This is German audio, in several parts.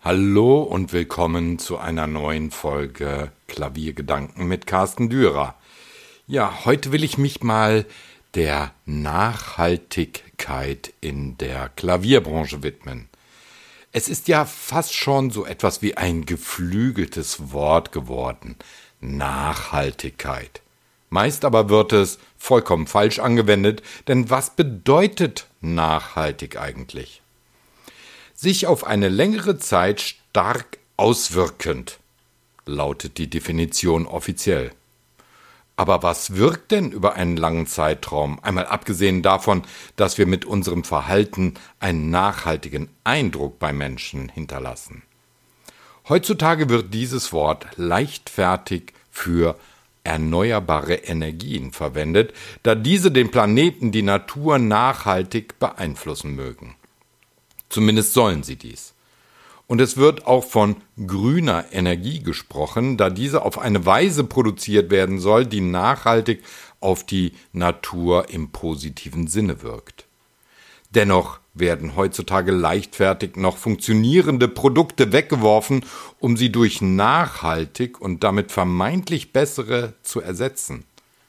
Hallo und willkommen zu einer neuen Folge Klaviergedanken mit Carsten Dürer. Ja, heute will ich mich mal der Nachhaltigkeit in der Klavierbranche widmen. Es ist ja fast schon so etwas wie ein geflügeltes Wort geworden. Nachhaltigkeit. Meist aber wird es vollkommen falsch angewendet, denn was bedeutet nachhaltig eigentlich? Sich auf eine längere Zeit stark auswirkend, lautet die Definition offiziell. Aber was wirkt denn über einen langen Zeitraum, einmal abgesehen davon, dass wir mit unserem Verhalten einen nachhaltigen Eindruck bei Menschen hinterlassen? Heutzutage wird dieses Wort leichtfertig für erneuerbare Energien verwendet, da diese den Planeten, die Natur nachhaltig beeinflussen mögen. Zumindest sollen sie dies. Und es wird auch von grüner Energie gesprochen, da diese auf eine Weise produziert werden soll, die nachhaltig auf die Natur im positiven Sinne wirkt. Dennoch werden heutzutage leichtfertig noch funktionierende Produkte weggeworfen, um sie durch nachhaltig und damit vermeintlich bessere zu ersetzen.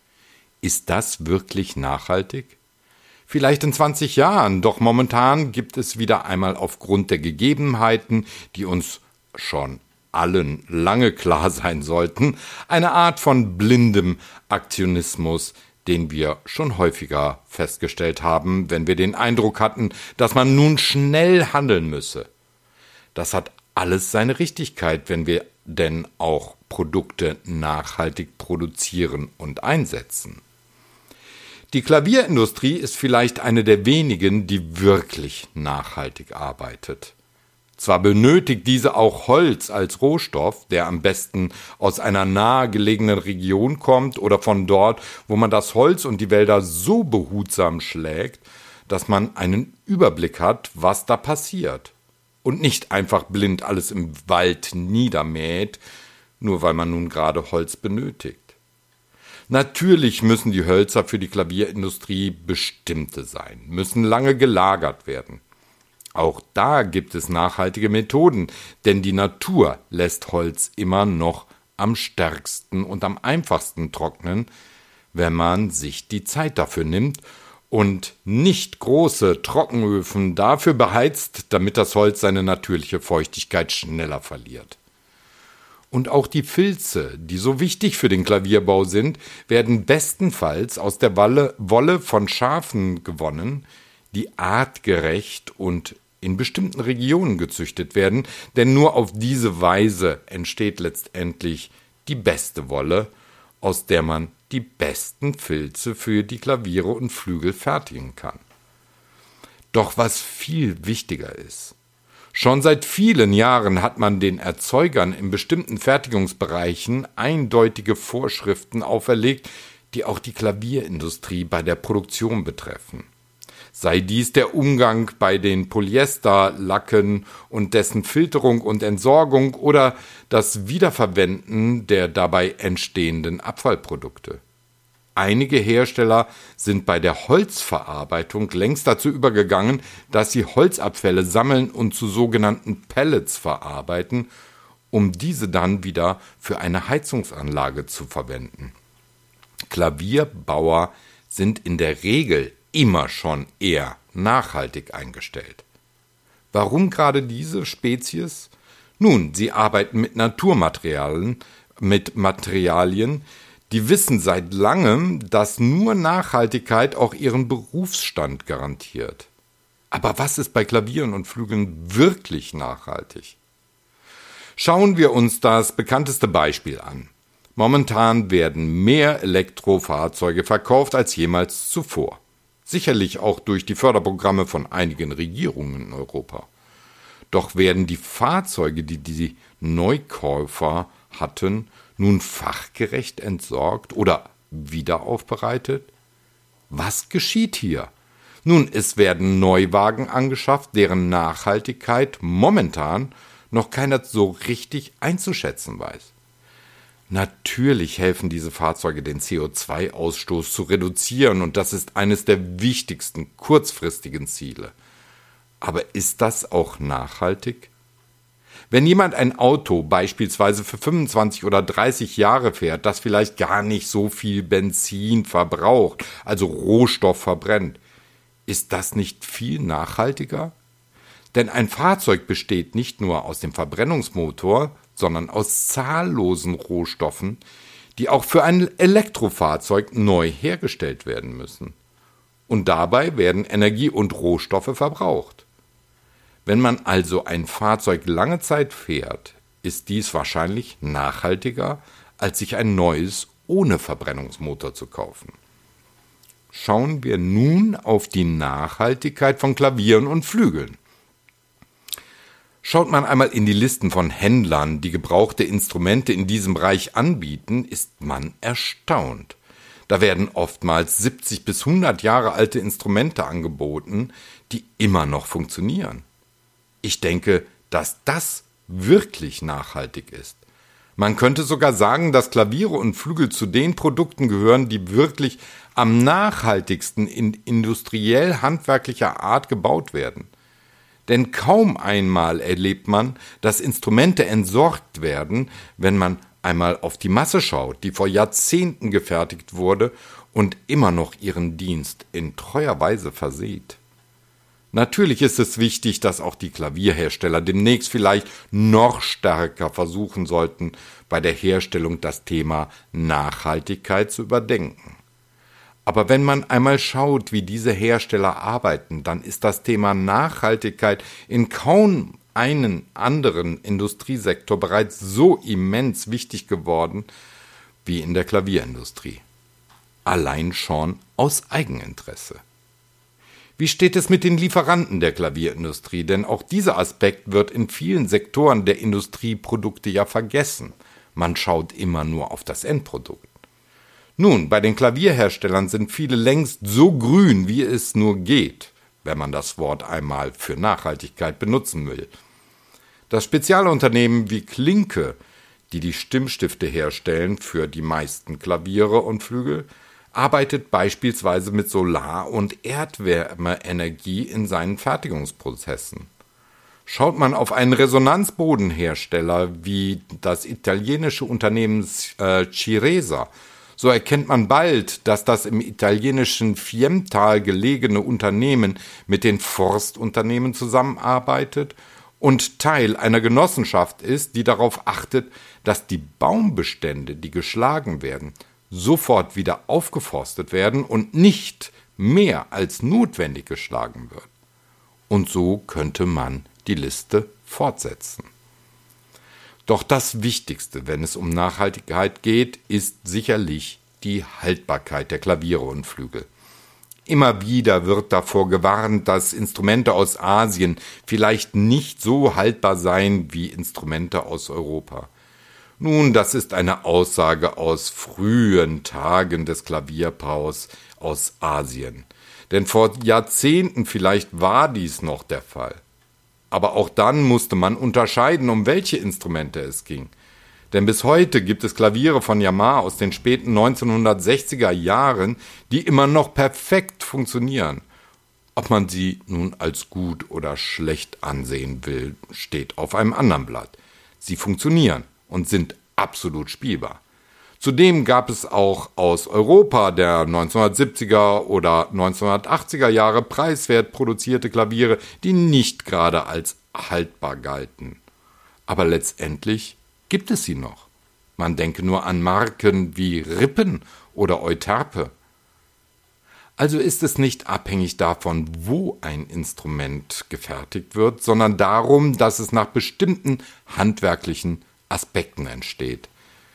Ist das wirklich nachhaltig? Vielleicht in 20 Jahren, doch momentan gibt es wieder einmal aufgrund der Gegebenheiten, die uns schon allen lange klar sein sollten, eine Art von blindem Aktionismus, den wir schon häufiger festgestellt haben, wenn wir den Eindruck hatten, dass man nun schnell handeln müsse. Das hat alles seine Richtigkeit, wenn wir denn auch Produkte nachhaltig produzieren und einsetzen. Die Klavierindustrie ist vielleicht eine der wenigen, die wirklich nachhaltig arbeitet. Zwar benötigt diese auch Holz als Rohstoff, der am besten aus einer nahegelegenen Region kommt oder von dort, wo man das Holz und die Wälder so behutsam schlägt, dass man einen Überblick hat, was da passiert. Und nicht einfach blind alles im Wald niedermäht, nur weil man nun gerade Holz benötigt. Natürlich müssen die Hölzer für die Klavierindustrie bestimmte sein, müssen lange gelagert werden. Auch da gibt es nachhaltige Methoden, denn die Natur lässt Holz immer noch am stärksten und am einfachsten trocknen, wenn man sich die Zeit dafür nimmt und nicht große Trockenöfen dafür beheizt, damit das Holz seine natürliche Feuchtigkeit schneller verliert. Und auch die Filze, die so wichtig für den Klavierbau sind, werden bestenfalls aus der Wolle von Schafen gewonnen, die artgerecht und in bestimmten Regionen gezüchtet werden, denn nur auf diese Weise entsteht letztendlich die beste Wolle, aus der man die besten Filze für die Klaviere und Flügel fertigen kann. Doch was viel wichtiger ist: Schon seit vielen Jahren hat man den Erzeugern in bestimmten Fertigungsbereichen eindeutige Vorschriften auferlegt, die auch die Klavierindustrie bei der Produktion betreffen. Sei dies der Umgang bei den Polyesterlacken und dessen Filterung und Entsorgung oder das Wiederverwenden der dabei entstehenden Abfallprodukte. Einige Hersteller sind bei der Holzverarbeitung längst dazu übergegangen, dass sie Holzabfälle sammeln und zu sogenannten Pellets verarbeiten, um diese dann wieder für eine Heizungsanlage zu verwenden. Klavierbauer sind in der Regel immer schon eher nachhaltig eingestellt. Warum gerade diese Spezies? Nun, sie arbeiten mit Naturmaterialien, die wissen seit langem, dass nur Nachhaltigkeit auch ihren Berufsstand garantiert. Aber was ist bei Klavieren und Flügeln wirklich nachhaltig? Schauen wir uns das bekannteste Beispiel an. Momentan werden mehr Elektrofahrzeuge verkauft als jemals zuvor. Sicherlich auch durch die Förderprogramme von einigen Regierungen in Europa. Doch werden die Fahrzeuge, die die Neukäufer hatten, nun fachgerecht entsorgt oder wiederaufbereitet? Was geschieht hier? Nun, es werden Neuwagen angeschafft, deren Nachhaltigkeit momentan noch keiner so richtig einzuschätzen weiß. Natürlich helfen diese Fahrzeuge, den CO2-Ausstoß zu reduzieren, und das ist eines der wichtigsten kurzfristigen Ziele. Aber ist das auch nachhaltig? Wenn jemand ein Auto beispielsweise für 25 oder 30 Jahre fährt, das vielleicht gar nicht so viel Benzin verbraucht, also Rohstoff verbrennt, ist das nicht viel nachhaltiger? Denn ein Fahrzeug besteht nicht nur aus dem Verbrennungsmotor, sondern aus zahllosen Rohstoffen, die auch für ein Elektrofahrzeug neu hergestellt werden müssen. Und dabei werden Energie und Rohstoffe verbraucht. Wenn man also ein Fahrzeug lange Zeit fährt, ist dies wahrscheinlich nachhaltiger, als sich ein neues ohne Verbrennungsmotor zu kaufen. Schauen wir nun auf die Nachhaltigkeit von Klavieren und Flügeln. Schaut man einmal in die Listen von Händlern, die gebrauchte Instrumente in diesem Bereich anbieten, ist man erstaunt. Da werden oftmals 70 bis 100 Jahre alte Instrumente angeboten, die immer noch funktionieren. Ich denke, dass das wirklich nachhaltig ist. Man könnte sogar sagen, dass Klaviere und Flügel zu den Produkten gehören, die wirklich am nachhaltigsten in industriell-handwerklicher Art gebaut werden. Denn kaum einmal erlebt man, dass Instrumente entsorgt werden, wenn man einmal auf die Masse schaut, die vor Jahrzehnten gefertigt wurde und immer noch ihren Dienst in treuer Weise verseht. Natürlich ist es wichtig, dass auch die Klavierhersteller demnächst vielleicht noch stärker versuchen sollten, bei der Herstellung das Thema Nachhaltigkeit zu überdenken. Aber wenn man einmal schaut, wie diese Hersteller arbeiten, dann ist das Thema Nachhaltigkeit in kaum einen anderen Industriesektor bereits so immens wichtig geworden wie in der Klavierindustrie. Allein schon aus Eigeninteresse. Wie steht es mit den Lieferanten der Klavierindustrie? Denn auch dieser Aspekt wird in vielen Sektoren der Industrieprodukte ja vergessen. Man schaut immer nur auf das Endprodukt. Nun, bei den Klavierherstellern sind viele längst so grün, wie es nur geht, wenn man das Wort einmal für Nachhaltigkeit benutzen will. Das Spezialunternehmen wie Klinke, die die Stimmstifte herstellen für die meisten Klaviere und Flügel, arbeitet beispielsweise mit Solar- und Erdwärmeenergie in seinen Fertigungsprozessen. Schaut man auf einen Resonanzbodenhersteller wie das italienische Unternehmen Ciresa, so erkennt man bald, dass das im italienischen Fiemtal gelegene Unternehmen mit den Forstunternehmen zusammenarbeitet und Teil einer Genossenschaft ist, die darauf achtet, dass die Baumbestände, die geschlagen werden, sofort wieder aufgeforstet werden und nicht mehr als notwendig geschlagen wird. Und so könnte man die Liste fortsetzen. Doch das Wichtigste, wenn es um Nachhaltigkeit geht, ist sicherlich die Haltbarkeit der Klaviere und Flügel. Immer wieder wird davor gewarnt, dass Instrumente aus Asien vielleicht nicht so haltbar seien wie Instrumente aus Europa. Nun, das ist eine Aussage aus frühen Tagen des Klavierbaus aus Asien. Denn vor Jahrzehnten vielleicht war dies noch der Fall. Aber auch dann musste man unterscheiden, um welche Instrumente es ging. Denn bis heute gibt es Klaviere von Yamaha aus den späten 1960er Jahren, die immer noch perfekt funktionieren. Ob man sie nun als gut oder schlecht ansehen will, steht auf einem anderen Blatt. Sie funktionieren und sind absolut spielbar. Zudem gab es auch aus Europa der 1970er oder 1980er Jahre preiswert produzierte Klaviere, die nicht gerade als haltbar galten. Aber letztendlich gibt es sie noch. Man denke nur an Marken wie Rippen oder Euterpe. Also ist es nicht abhängig davon, wo ein Instrument gefertigt wird, sondern darum, dass es nach bestimmten handwerklichen Aspekten entsteht.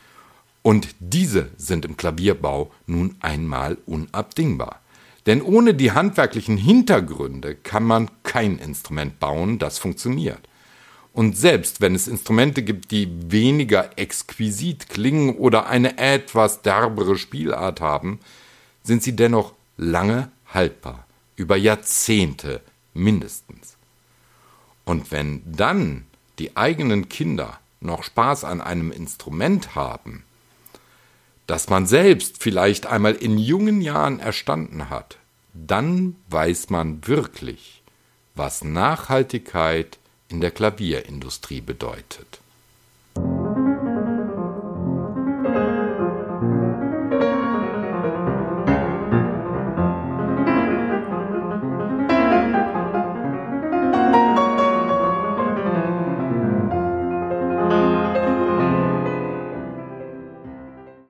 Und diese sind im Klavierbau nun einmal unabdingbar. Denn ohne die handwerklichen Hintergründe kann man kein Instrument bauen, das funktioniert. Und selbst wenn es Instrumente gibt, die weniger exquisit klingen oder eine etwas derbere Spielart haben, sind sie dennoch lange haltbar, über Jahrzehnte mindestens. Und wenn dann die eigenen Kinder noch Spaß an einem Instrument haben, das man selbst vielleicht einmal in jungen Jahren erstanden hat, dann weiß man wirklich, was Nachhaltigkeit in der Klavierindustrie bedeutet.